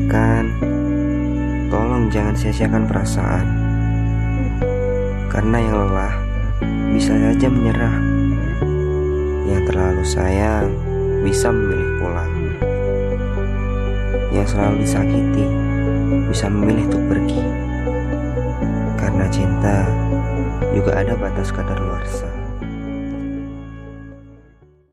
katakan, tolong jangan sia-siakan perasaan. Karena yang lelah bisa saja menyerah. Yang terlalu sayang bisa memilih pulang. Yang selalu disakiti bisa memilih untuk pergi. Karena cinta juga ada batas kadaluarsa.